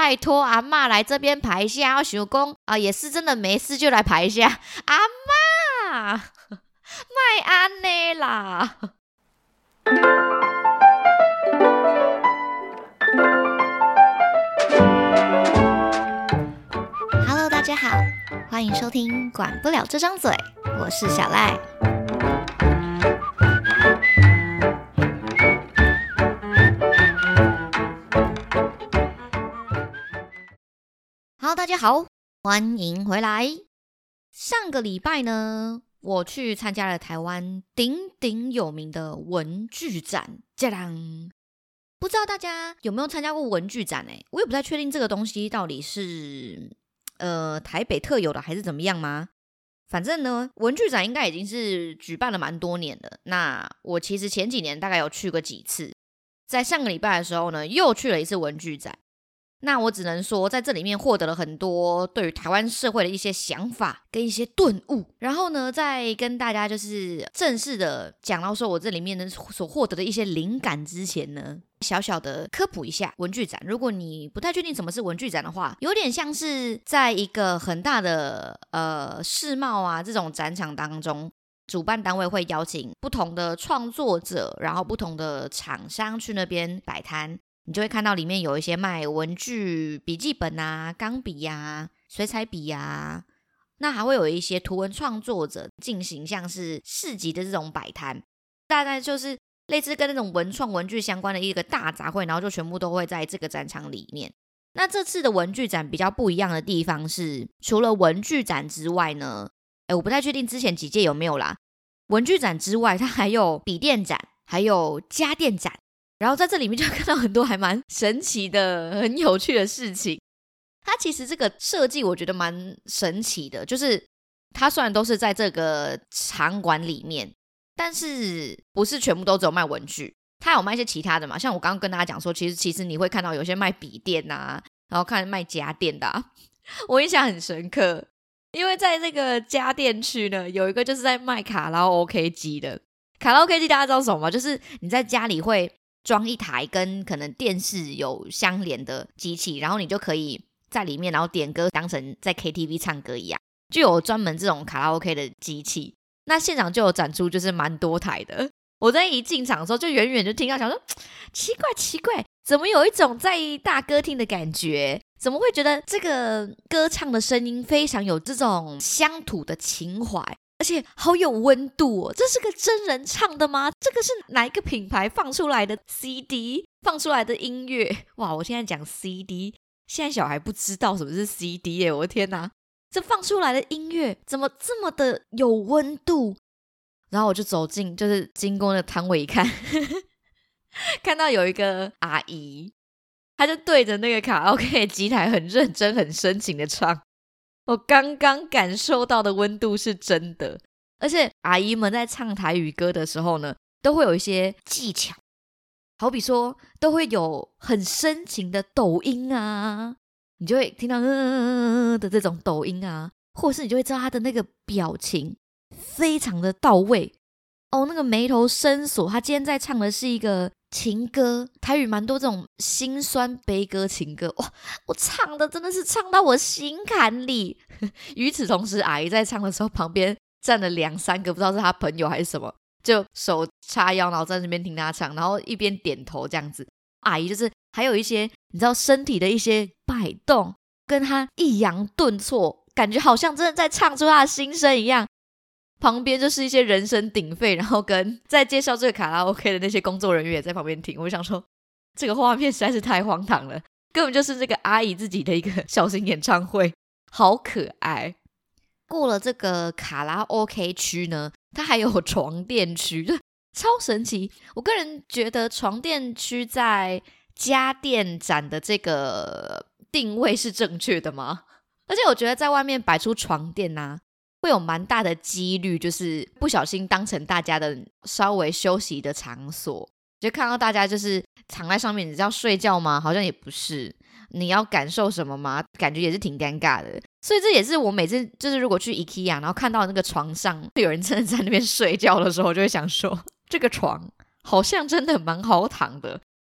拜托阿嬷来这边排一下，我想说也是真的没事就来排一下，阿嬷卖安呢啦。Hello， 大家好，欢迎收听管不了这张嘴，我是小赖。Hello， 大家好，欢迎回来。上个礼拜呢，我去参加了台湾鼎鼎有名的文具展，짜랑！不知道大家有没有参加过文具展？我也不太确定这个东西到底是台北特有的还是怎么样吗？反正呢，文具展应该已经是举办了蛮多年了。那我其实前几年大概有去过几次，在上个礼拜的时候呢，又去了一次文具展。那我只能说在这里面获得了很多对于台湾社会的一些想法跟一些顿悟，然后呢在跟大家就是正式的讲到说我这里面呢所获得的一些灵感之前呢，小小的科普一下文具展。如果你不太确定什么是文具展的话，有点像是在一个很大的世贸啊这种展场当中，主办单位会邀请不同的创作者，然后不同的厂商去那边摆摊，你就会看到里面有一些卖文具、笔记本啊、钢笔啊、水彩笔啊，那还会有一些图文创作者进行像是市集的这种摆摊，大概就是类似跟那种文创文具相关的一个大杂烩，然后就全部都会在这个展场里面。那这次的文具展比较不一样的地方是，除了文具展之外呢，我不太确定之前几届有没有啦，文具展之外它还有笔电展，还有家电展，然后在这里面就看到很多还蛮神奇的很有趣的事情。它其实这个设计我觉得蛮神奇的，就是它虽然都是在这个场馆里面，但是不是全部都只有卖文具，它有卖一些其他的嘛，像我刚刚跟大家讲说其实你会看到有些卖笔电啊，然后看卖家电的啊，我印象很深刻，因为在这个家电区呢，有一个就是在卖卡拉 OK 机的。卡拉 OK 机大家知道什么吗？就是你在家里会装一台跟可能电视有相连的机器，然后你就可以在里面然后点歌，当成在 KTV 唱歌一样，就有专门这种卡拉 OK 的机器。那现场就有展出就是蛮多台的，我在一进场的时候就远远就听到想说奇怪，怎么有一种在大歌厅的感觉，怎么会觉得这个歌唱的声音非常有这种乡土的情怀，而且好有温度哦，这是个真人唱的吗？这个是哪一个品牌放出来的 CD 放出来的音乐？哇，我现在讲 CD， 现在小孩不知道什么是 CD 耶，我的天哪，这放出来的音乐怎么这么的有温度？然后我就走进，就是经过那个摊位一看看到有一个阿姨，她就对着那个卡拉 OK 机台很认真很深情的唱，我刚刚感受到的温度是真的。而且阿姨们在唱台语歌的时候呢，都会有一些技巧，好比说都会有很深情的抖音啊，你就会听到的这种抖音啊，或者是你就会知道她的那个表情非常的到位哦，那个眉头深锁。她今天在唱的是一个情歌，台语蛮多这种辛酸悲歌情歌，哇，我唱的真的是唱到我心坎里与此同时阿姨在唱的时候，旁边站了2-3个不知道是她朋友还是什么，就手叉腰然后在那边听她唱，然后一边点头这样子。阿姨就是还有一些你知道身体的一些摆动，跟她抑扬顿挫，感觉好像真的在唱出她的心声一样。旁边就是一些人声鼎沸，然后跟在介绍这个卡拉 OK 的那些工作人员也在旁边听。我想说这个画面实在是太荒唐了，根本就是这个阿姨自己的一个小型演唱会，好可爱。过了这个卡拉 OK 区呢，它还有床垫区，超神奇。我个人觉得床垫区在家电展的这个定位是正确的吗？而且我觉得在外面摆出床垫啊，会有蛮大的几率就是不小心当成大家的稍微休息的场所，就看到大家就是躺在上面，你知道睡觉吗？好像也不是。你要感受什么吗？感觉也是挺尴尬的。所以这也是我每次就是如果去 IKEA 然后看到那个床上有人真的在那边睡觉的时候，我就会想说这个床好像真的蛮好躺的，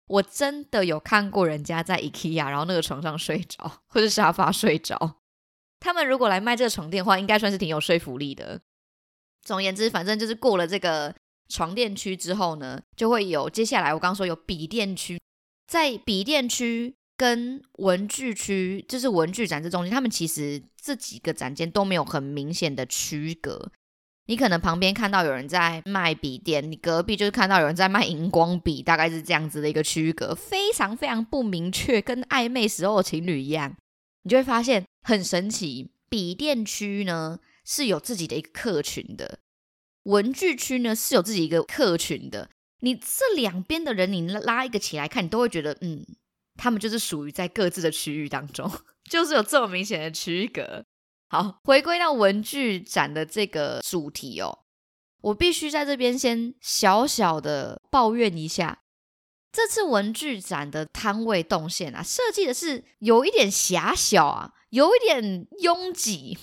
我真的有看过人家在 IKEA 然后那个床上睡着，或是沙发睡着。他们如果来卖这个床垫的话，应该算是挺有说服力的。总而言之，反正就是过了这个床垫区之后呢，就会有接下来我刚刚说有笔电区。在笔电区跟文具区，就是文具展这中间，他们其实这几个展间都没有很明显的区隔。你可能旁边看到有人在卖笔电，你隔壁就是看到有人在卖荧光笔，大概是这样子的一个区隔，非常非常不明确，跟暧昧时候的情侣一样。你就会发现很神奇，笔电区呢是有自己的一个客群的，文具区呢是有自己一个客群的。你这两边的人，你拉一个起来看，你都会觉得他们就是属于在各自的区域当中，就是有这么明显的区隔。好，回归到文具展的这个主题哦，我必须在这边先小小的抱怨一下，这次文具展的摊位动线啊，设计的是有一点狭小啊，有一点拥挤。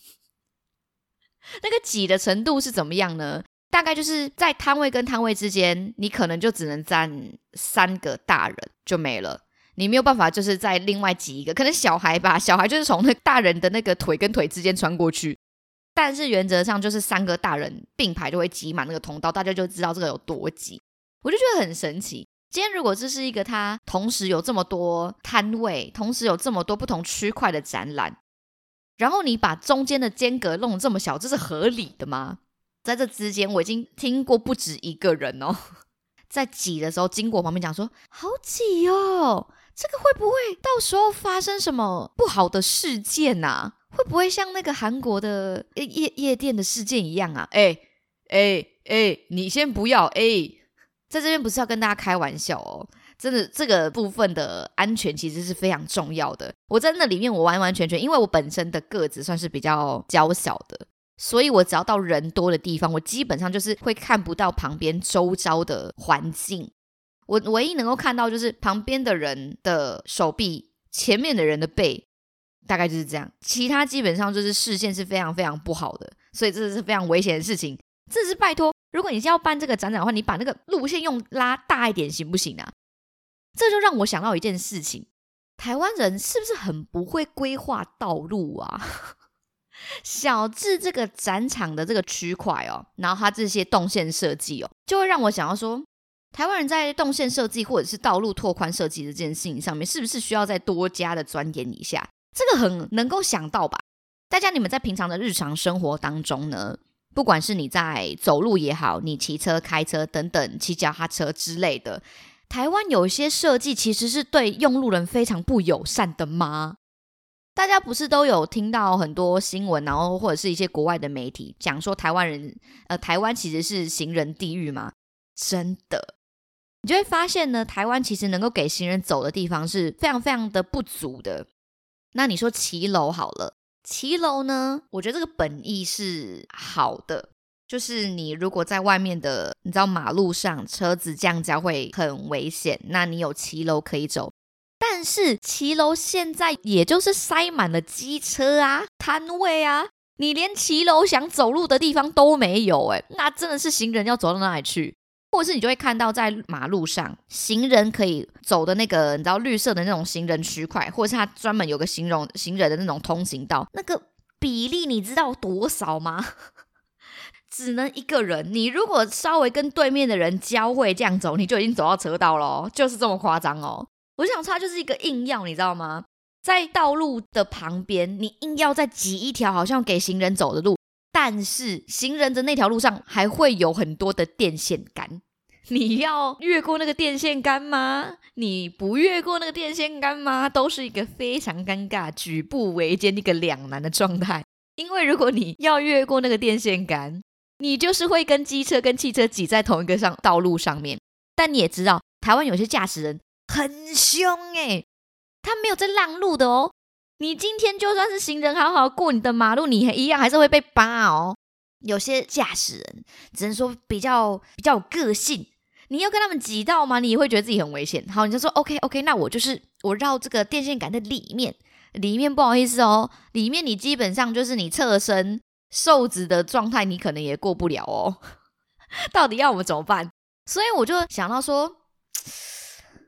那个挤的程度是怎么样呢？大概就是在摊位跟摊位之间，你可能就只能站3个大人就没了。你没有办法就是再另外挤一个，可能小孩吧，小孩就是从那大人的那个腿跟腿之间穿过去，但是原则上就是3个大人并排就会挤满那个通道，大家就知道这个有多挤。我就觉得很神奇，今天如果这是一个它同时有这么多摊位，同时有这么多不同区块的展览，然后你把中间的间隔弄得这么小，这是合理的吗？在这之间我已经听过不止一个人哦，在挤的时候经过我旁边讲说好挤哦，这个会不会到时候发生什么不好的事件啊？会不会像那个韩国的夜店的事件一样啊？你先不要在这边不是要跟大家开玩笑哦，真的这个部分的安全其实是非常重要的。我在那里面我完完全全，因为我本身的个子算是比较娇小的，所以我只要到人多的地方，我基本上就是会看不到旁边周遭的环境，我唯一能够看到就是旁边的人的手臂，前面的人的背，大概就是这样，其他基本上就是视线是非常非常不好的，所以这是非常危险的事情。这是拜托，如果你是要办这个展览的话，你把那个路线用拉大一点行不行啊？这就让我想到一件事情，台湾人是不是很不会规划道路啊？小至这个展场的这个区块哦，然后它这些动线设计哦，就会让我想要说，台湾人在动线设计或者是道路拓宽设计的这件事情上面，是不是需要再多加的钻研一下？这个很能够想到吧？大家你们在平常的日常生活当中呢，不管是你在走路也好，你骑车开车等等，骑脚踏车之类的，台湾有一些设计其实是对用路人非常不友善的吗？大家不是都有听到很多新闻，然后或者是一些国外的媒体讲说台湾其实是行人地狱吗？真的，你就会发现呢，台湾其实能够给行人走的地方是非常非常的不足的。那你说骑楼好了，骑楼呢，我觉得这个本意是好的，就是你如果在外面的，你知道马路上车子降价会很危险，那你有骑楼可以走。但是骑楼现在也就是塞满了机车啊、摊位啊，你连骑楼想走路的地方都没有那真的是行人要走到哪里去？或者是你就会看到在马路上行人可以走的那个你知道绿色的那种行人区块，或者是它专门有个行人的那种通行道，那个比例你知道多少吗？只能一个人，你如果稍微跟对面的人交汇这样走，你就已经走到车道了就是这么夸张哦。我想它就是一个硬要，你知道吗？在道路的旁边你硬要再挤一条好像给行人走的路，但是行人的那条路上还会有很多的电线杆，你要越过那个电线杆吗？你不越过那个电线杆吗？都是一个非常尴尬、举步维艰一个两难的状态。因为如果你要越过那个电线杆，你就是会跟机车跟汽车挤在同一个道路上面。但你也知道台湾有些驾驶人很凶他没有在让路的哦。你今天就算是行人好好过你的马路，你一样还是会被扒哦。有些驾驶人只能说比较有个性，你要跟他们挤到吗？你也会觉得自己很危险。好，你就说 OK， 那我绕这个电线杆的里面不好意思哦，里面你基本上就是你侧身瘦子的状态，你可能也过不了哦。到底要我们怎么办？所以我就想到说，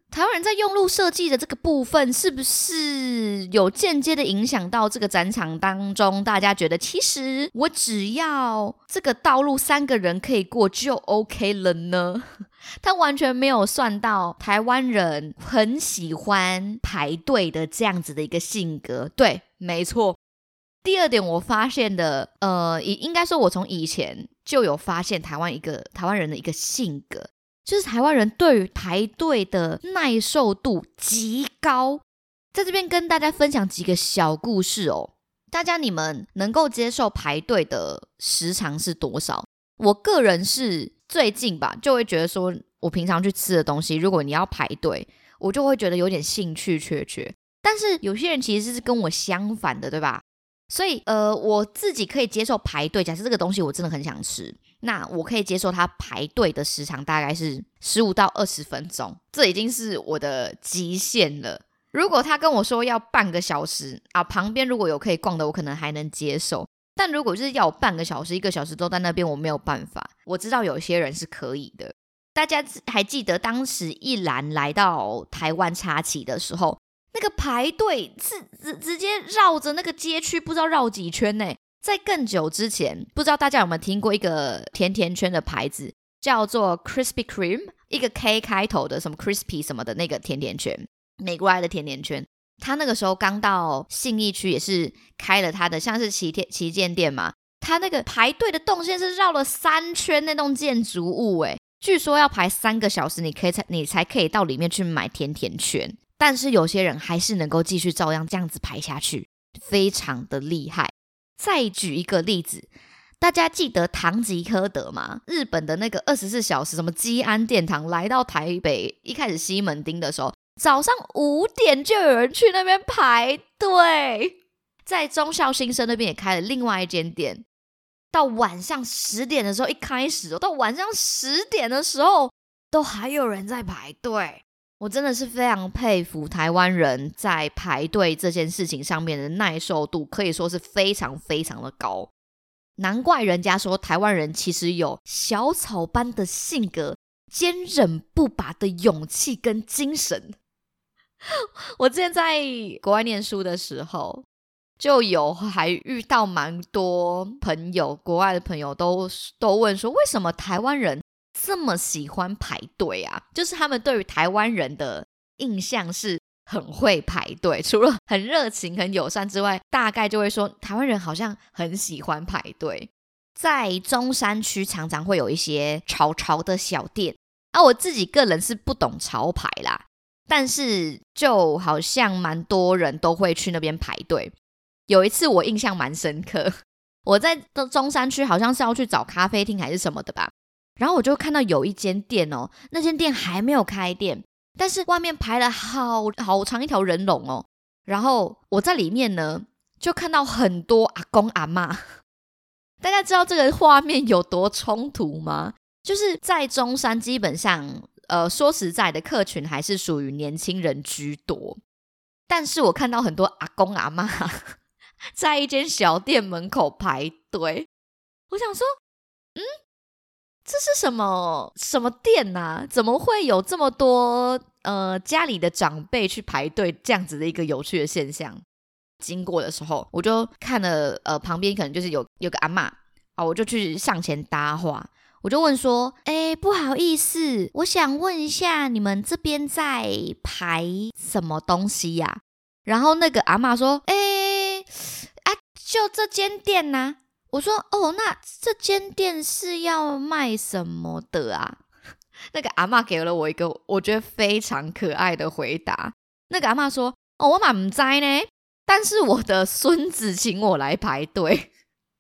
台湾人在用路设计的这个部分，是不是有间接的影响到这个展场当中，大家觉得其实我只要这个道路3个人可以过就 OK 了呢？他完全没有算到台湾人很喜欢排队的这样子的一个性格。对，没错。第二点我发现的，应该说我从以前就有发现台湾人的一个性格，就是台湾人对于排队的耐受度极高。在这边跟大家分享几个小故事哦。大家你们能够接受排队的时长是多少？我个人是最近吧，就会觉得说我平常去吃的东西，如果你要排队，我就会觉得有点兴趣缺。但是有些人其实是跟我相反的，对吧？所以我自己可以接受排队，假设这个东西我真的很想吃，那我可以接受它排队的时长大概是15到20分钟，这已经是我的极限了。如果他跟我说要半个小时啊，旁边如果有可以逛的，我可能还能接受。但如果就是要我半个小时、1个小时都在那边，我没有办法。我知道有些人是可以的。大家还记得当时一兰来到台湾插旗的时候，那个排队是直接绕着那个街区，不知道绕几圈呢。在更久之前，不知道大家有没有听过一个甜甜圈的牌子，叫做 Krispy Kreme， 一个 K 开头的什么 Crispy 什么的那个甜甜圈，美国来的甜甜圈。他那个时候刚到信义区，也是开了他的像是旗舰店嘛，他那个排队的动线是绕了3圈那栋建筑物耶，据说要排3个小时你才可以到里面去买甜甜圈。但是有些人还是能够继续照样这样子排下去，非常的厉害。再举一个例子，大家记得唐吉诃德吗？日本的那个24小时什么基安殿堂来到台北，一开始西门町的时候，早上5点就有人去那边排队。在忠孝新生那边也开了另外一间店，到晚上10点的时候一开始，到晚上10点的时候都还有人在排队。我真的是非常佩服台湾人在排队这件事情上面的耐受度，可以说是非常非常的高。难怪人家说台湾人其实有小草般的性格，坚韧不拔的勇气跟精神。我之前在国外念书的时候，就还遇到蛮多朋友，国外的朋友都问说，为什么台湾人这么喜欢排队啊？就是他们对于台湾人的印象是很会排队，除了很热情很友善之外，大概就会说台湾人好像很喜欢排队。在中山区常常会有一些潮的小店啊，我自己个人是不懂潮牌啦，但是就好像蛮多人都会去那边排队。有一次我印象蛮深刻，我在中山区好像是要去找咖啡厅还是什么的吧，然后我就看到有一间店哦，那间店还没有开店，但是外面排了好长一条人龙哦。然后我在里面呢，就看到很多阿公阿嬷。大家知道这个画面有多冲突吗？就是在中山基本上说实在的，客群还是属于年轻人居多，但是我看到很多阿公阿嬷在一间小店门口排队。我想说这是什么店啊？怎么会有这么多家里的长辈去排队，这样子的一个有趣的现象？经过的时候，我就看了旁边可能就是有个阿嬷啊，我就去上前搭话，我就问说，不好意思，我想问一下，你们这边在排什么东西呀？然后那个阿嬷说，就这间店啊。我说，那这间店是要卖什么的啊？那个阿嬷给了我一个我觉得非常可爱的回答。那个阿嬷说，我嘛不知呢，但是我的孙子请我来排队。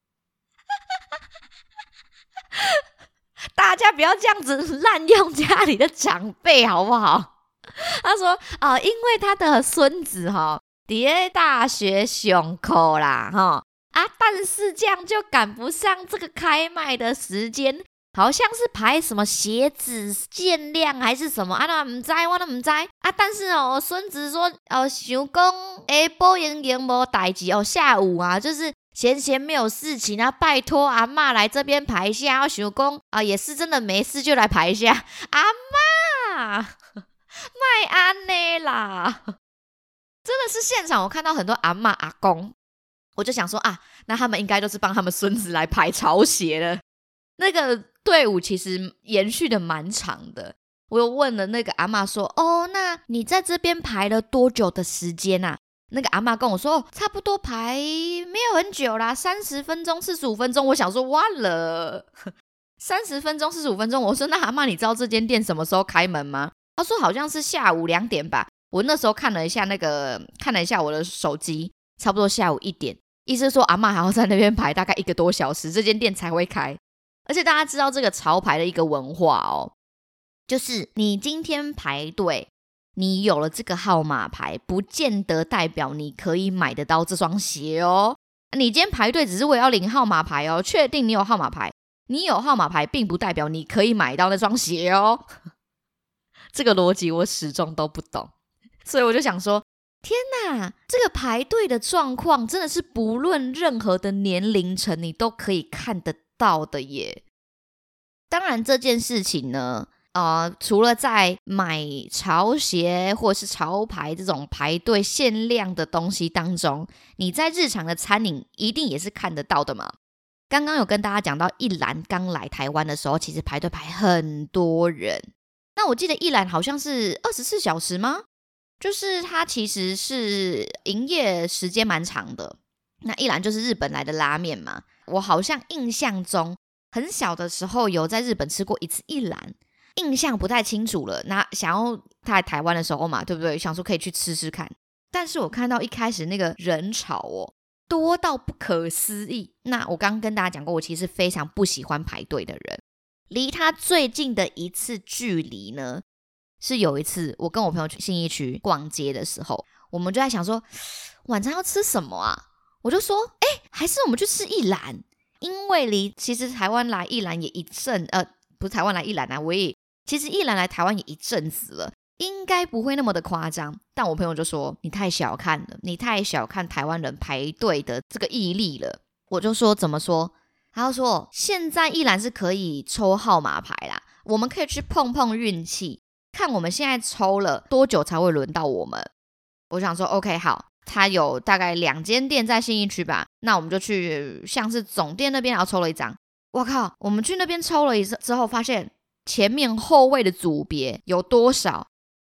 大家不要这样子滥用家里的长辈好不好？他说因为他的孙子在大学上课啦但是这样就赶不上这个开卖的时间，好像是排什么鞋子限量还是什么我都不知但是孙子说想说下晡闲闲没代志下午就是闲没有事情拜托阿嬷来这边排一下，我想说也是真的没事就来排一下。阿嬷卖安呢啦，真的是现场我看到很多阿嬷阿公，我就想说啊，那他们应该都是帮他们孙子来排潮鞋了。那个队伍其实延续的蛮长的，我又问了那个阿嬷说，哦，那你在这边排了多久的时间啊？那个阿嬷跟我说，差不多排没有很久啦，30分钟45分钟。我想说完了30分钟45分钟，我说那阿嬷你知道这间店什么时候开门吗？他说好像是下午2点吧。我那时候看了一下我的手机，差不多下午1点，意思是说阿嬷还要在那边排大概1个多小时，这间店才会开。而且大家知道这个潮牌的一个文化哦，就是你今天排队，你有了这个号码牌，不见得代表你可以买得到这双鞋哦。你今天排队只是为了要领号码牌哦，确定你有号码牌，你有号码牌并不代表你可以买到那双鞋哦。这个逻辑我始终都不懂，所以我就想说，天哪，这个排队的状况真的是不论任何的年龄层你都可以看得到的耶。当然这件事情呢除了在买潮鞋或是潮牌这种排队限量的东西当中，你在日常的餐饮一定也是看得到的嘛。刚刚有跟大家讲到一兰刚来台湾的时候，其实排队排很多人。那我记得一兰好像是24小时吗？就是它其实是营业时间蛮长的。那一兰就是日本来的拉面嘛，我好像印象中很小的时候有在日本吃过一次一兰，印象不太清楚了。那想要他来台湾的时候嘛，对不对？想说可以去吃吃看。但是我看到一开始那个人潮多到不可思议。那我刚刚跟大家讲过，我其实非常不喜欢排队的人。离他最近的一次距离呢，是有一次我跟我朋友去信义区逛街的时候，我们就在想说晚上要吃什么啊？我就说还是我们去吃一兰，因为其实台湾来一兰也一阵不是台湾来一兰啊，其实一兰来台湾也一阵子了，应该不会那么的夸张。但我朋友就说你太小看了，你太小看台湾人排队的这个毅力了。我就说怎么说？他就说现在一兰是可以抽号码牌啦，我们可以去碰碰运气，看我们现在抽了多久才会轮到我们。我想说 OK 好，他有大概2间店在信义区吧，那我们就去像是总店那边，然后抽了一张。我靠，我们去那边抽了一次之后，发现前面后位的组别有多少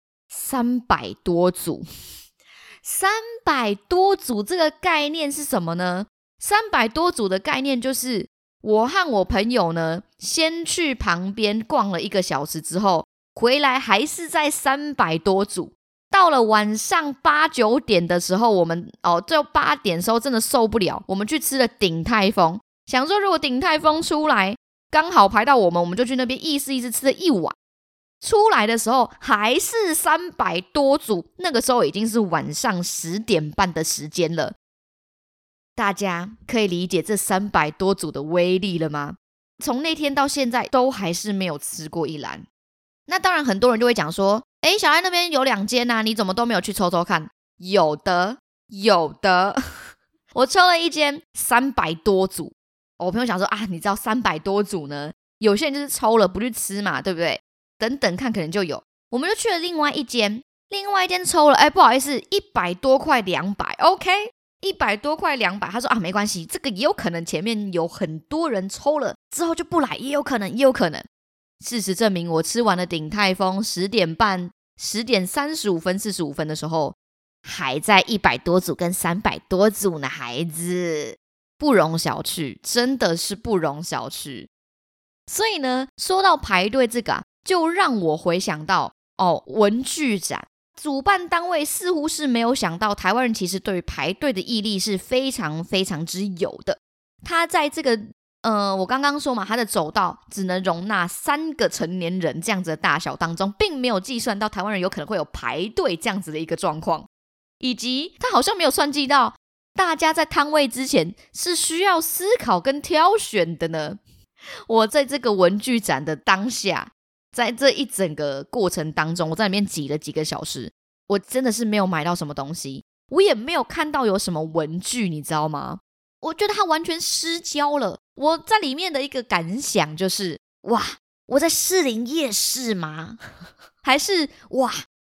？300多组。300多组这个概念是什么呢？300多组的概念就是我和我朋友呢先去旁边逛了1个小时之后，回来还是在300多组。到了晚上8、9点的时候，我们就8点的时候真的受不了，我们去吃了鼎泰丰，想说如果鼎泰丰出来刚好排到我们就去那边意思吃了1碗。出来的时候还是300多组，那个时候已经是晚上10点半的时间了。大家可以理解这300多组的威力了吗？从那天到现在都还是没有吃过一兰。那当然很多人就会讲说，小爱那边有2间啊，你怎么都没有去抽抽看？有的我抽了1间300多组。我朋友想说啊，你知道300多组呢，有些人就是抽了不去吃嘛，对不对？等等看可能就有。我们就去了另外一间抽了，不好意思，100多块200 OK， 100多块200。他说啊，没关系，这个也有可能前面有很多人抽了之后就不来，也有可能。事实证明，我吃完了鼎泰丰10点半10点35分45分的时候，还在100多组跟300多组呢，孩子不容小觑，真的是不容小觑。所以呢，说到排队这个就让我回想到文具展主办单位似乎是没有想到台湾人其实对于排队的毅力是非常非常之有的。他在这个我刚刚说嘛，他的走道只能容纳3个成年人这样子的大小当中，并没有计算到台湾人有可能会有排队这样子的一个状况，以及他好像没有算计到大家在摊位之前是需要思考跟挑选的呢。我在这个文具展的当下，在这一整个过程当中，我在里面挤了几个小时，我真的是没有买到什么东西，我也没有看到有什么文具，你知道吗？我觉得它完全失焦了。我在里面的一个感想就是，哇，我在士林夜市吗？还是哇，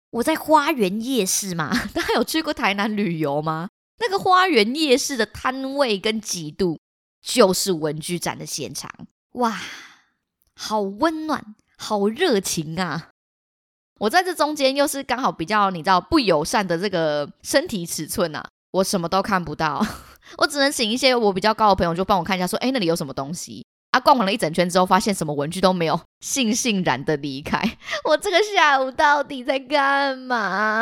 我在花园夜市嘛，大家有去过台南旅游吗？那个花园夜市的摊位跟几度就是文具展的现场。哇，好温暖，好热情啊！我在这中间又是刚好比较你知道不友善的这个身体尺寸啊，我什么都看不到，我只能请一些我比较高的朋友就帮我看一下说那里有什么东西啊。逛完了一整圈之后发现什么文具都没有，悻然的离开。我这个下午到底在干嘛？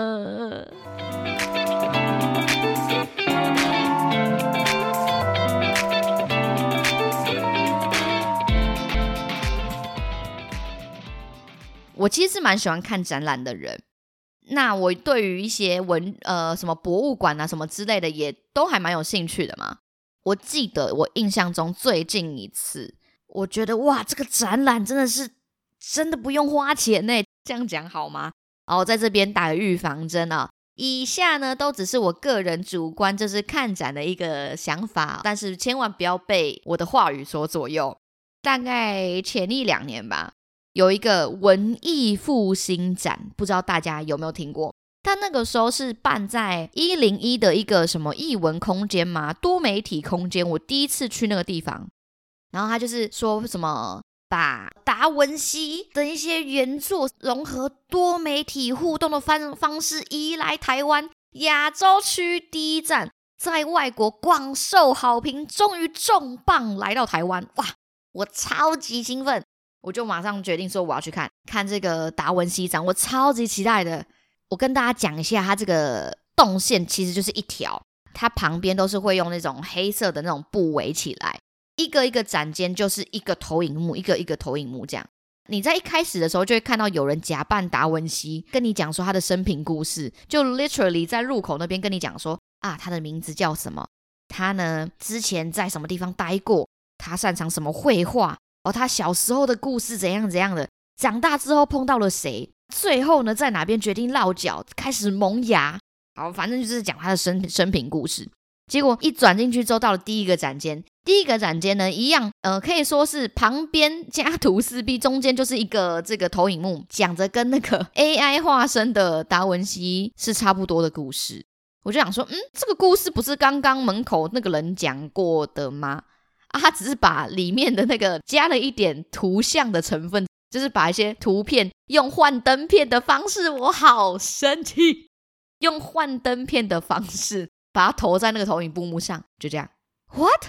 我其实是蛮喜欢看展览的人，那我对于一些什么博物馆啊什么之类的也都还蛮有兴趣的嘛。我记得我印象中最近一次，我觉得哇，这个展览真的不用花钱耶，这样讲好吗？我在这边打个预防针啊，以下呢都只是我个人主观就是看展的一个想法，但是千万不要被我的话语所左右。大概前1-2年吧，有一个文艺复兴展，不知道大家有没有听过。他那个时候是办在101的一个什么艺文空间嘛，多媒体空间，我第一次去那个地方。然后他就是说什么把达文西的一些原作融合多媒体互动的方式移来台湾，亚洲区第一站，在外国广受好评，终于重磅来到台湾。哇，我超级兴奋，我就马上决定说我要去看这个达文西展，我超级期待的。我跟大家讲一下，它这个动线其实就是一条，它旁边都是会用那种黑色的那种布围起来，一个一个展间就是一个投影幕，一个一个投影幕这样。你在一开始的时候就会看到有人假扮达文西，跟你讲说他的生平故事，就 literally 在入口那边跟你讲说他的名字叫什么，他呢之前在什么地方待过，他擅长什么绘画，他小时候的故事怎样怎样的，长大之后碰到了谁，最后呢在哪边决定落脚，开始萌芽。好，反正就是讲他的生平故事。结果一转进去之后，到了第一个展间呢一样，可以说是旁边家徒四壁，中间就是一个这个投影幕，讲着跟那个 AI 化身的达文西是差不多的故事。我就想说这个故事不是刚刚门口那个人讲过的吗？他只是把里面的那个加了一点图像的成分，就是把一些图片用幻灯片的方式，我好生气，用幻灯片的方式把它投在那个投影布幕上，就这样。 What？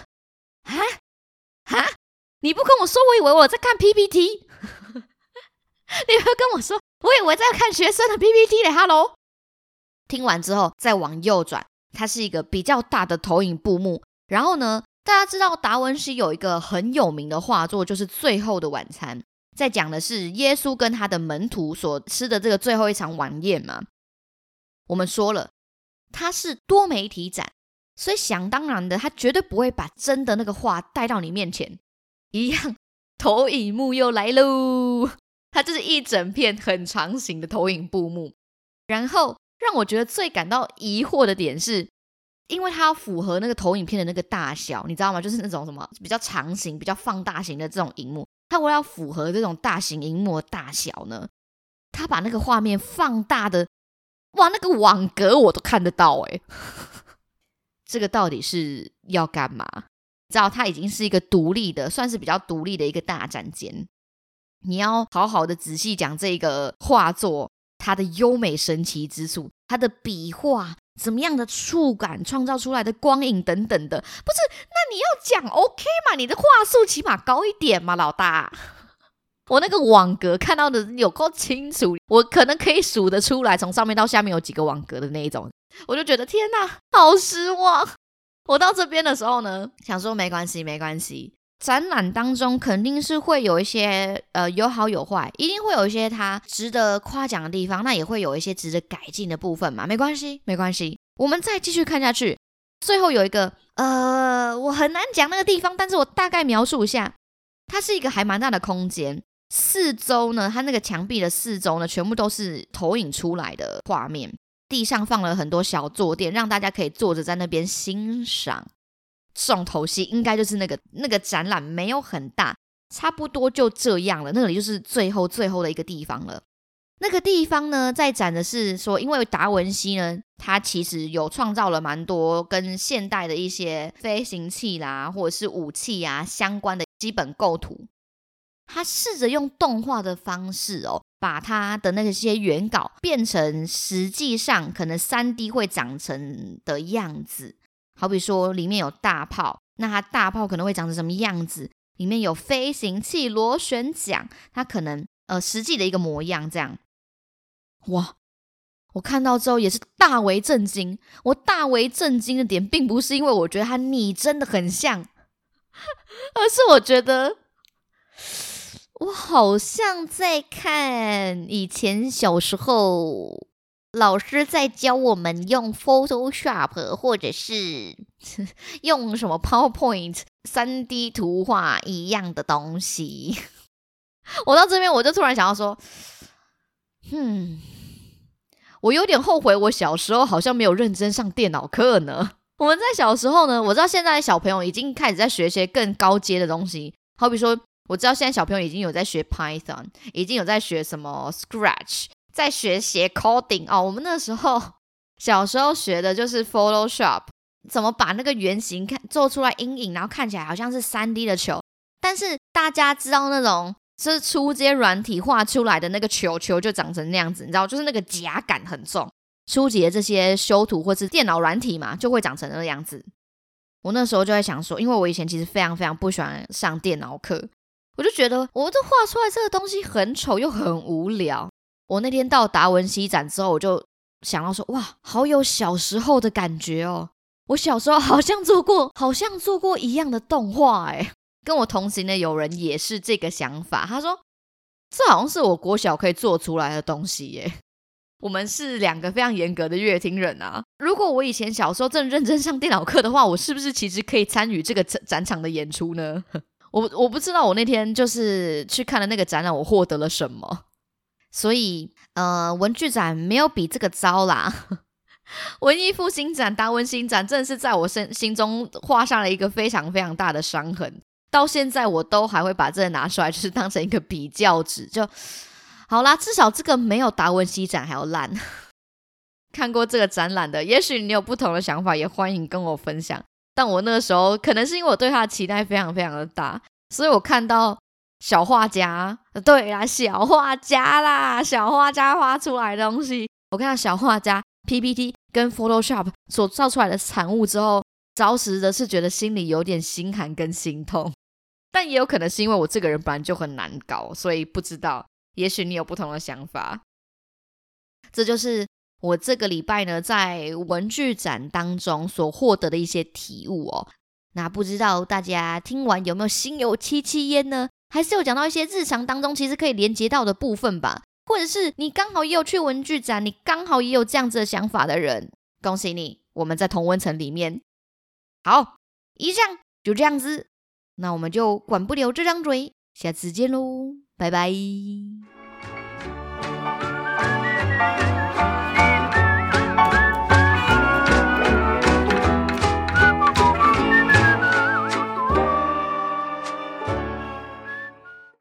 你不跟我说，我以为我在看 PPT 你不跟我说，我以为在看学生的 PPT 嘞。 Hello。 听完之后再往右转，它是一个比较大的投影布幕。然后呢，大家知道达文西有一个很有名的画作，就是最后的晚餐，在讲的是耶稣跟他的门徒所吃的这个最后一场晚宴嘛。我们说了，它是多媒体展，所以想当然的，他绝对不会把真的那个画带到你面前。一样，投影幕又来喽，它就是一整片很长形的投影布幕。然后让我觉得最感到疑惑的点是，因为它要符合那个投影片的那个大小，你知道吗？就是那种什么比较长形、比较放大型的这种荧幕，它为了要符合这种大型荧幕的大小呢，它把那个画面放大的，哇，那个网格我都看得到这个到底是要干嘛？知道它已经是一个独立的，算是比较独立的一个大展间，你要好好的仔细讲这个画作它的优美神奇之处，它的笔画怎么样的触感创造出来的光影等等的。不是，那你要讲 OK 嘛，你的画素起码高一点嘛，老大。我那个网格看到的有够清楚，我可能可以数得出来从上面到下面有几个网格的那一种。我就觉得天哪，好失望。我到这边的时候呢，想说没关系，展览当中肯定是会有一些有好有坏，一定会有一些它值得夸奖的地方，那也会有一些值得改进的部分嘛。没关系，我们再继续看下去。最后有一个我很难讲那个地方，但是我大概描述一下，它是一个还蛮大的空间，四周呢，它那个墙壁的四周呢，全部都是投影出来的画面，地上放了很多小坐垫，让大家可以坐着在那边欣赏。重头戏应该就是那个展览没有很大，差不多就这样了，那里就是最后的一个地方了。 那个地方呢，在展的是说，因为达文西呢，他其实有创造了蛮多跟现代的一些飞行器啦，或者是武器啊相关的基本构图。他试着用动画的方式把他的那些原稿变成实际上可能 3D 会长成的样子。好比说里面有大炮，那它大炮可能会长成什么样子？里面有飞行器、螺旋桨，它可能实际的一个模样这样。哇！我看到之后也是大为震惊。我大为震惊的点并不是因为我觉得它拟真的很像，而是我觉得我好像在看以前小时候老师在教我们用 Photoshop 或者是用什么 PowerPoint 3D 图画一样的东西。我到这边我就突然想要说，我有点后悔我小时候好像没有认真上电脑课呢。我们在小时候呢，我知道现在的小朋友已经开始在学一些更高阶的东西，好比说我知道现在小朋友已经有在学 Python， 已经有在学什么 Scratch， 在写 coding 我们那时候小时候学的就是 Photoshop， 怎么把那个圆形做出来阴影，然后看起来好像是 3D 的球。但是大家知道那种就是初阶软体画出来的那个球就长成那样子，你知道，就是那个夹感很重。初级的这些修图或是电脑软体嘛，就会长成那个样子。我那时候就在想说，因为我以前其实非常非常不喜欢上电脑课，我就觉得我这画出来这个东西很丑又很无聊。我那天到达文西展之后，我就想到说，哇，好有小时候的感觉哦！我小时候好像做过一样的动画耶。跟我同行的友人也是这个想法，他说这好像是我国小可以做出来的东西耶。我们是2个非常严格的乐听人啊，如果我以前小时候真的认真上电脑课的话，我是不是其实可以参与这个展场的演出呢？我不知道我那天就是去看了那个展览我获得了什么。所以文具展没有比这个糟啦。文艺复兴展、达文西展真的是在我心中画下了一个非常非常大的伤痕，到现在我都还会把这个拿出来，就是当成一个比较值。就好啦，至少这个没有达文西展还要烂。看过这个展览的，也许你有不同的想法，也欢迎跟我分享。但我那个时候可能是因为我对他的期待非常非常的大，所以我看到小画家，对啦，小画家画出来的东西，我看到小画家 PPT 跟 Photoshop 所造出来的产物之后，着实的是觉得心里有点心寒跟心痛。但也有可能是因为我这个人本来就很难搞，所以不知道，也许你有不同的想法。这就是我这个礼拜呢在文具展当中所获得的一些体悟哦。那不知道大家听完有没有心有戚戚焉呢？还是有讲到一些日常当中其实可以连接到的部分吧？或者是你刚好也有去文具展，你刚好也有这样子的想法的人，恭喜你，我们在同温层里面。好，以上就这样子，那我们就管不了这张嘴，下次见咯，拜拜。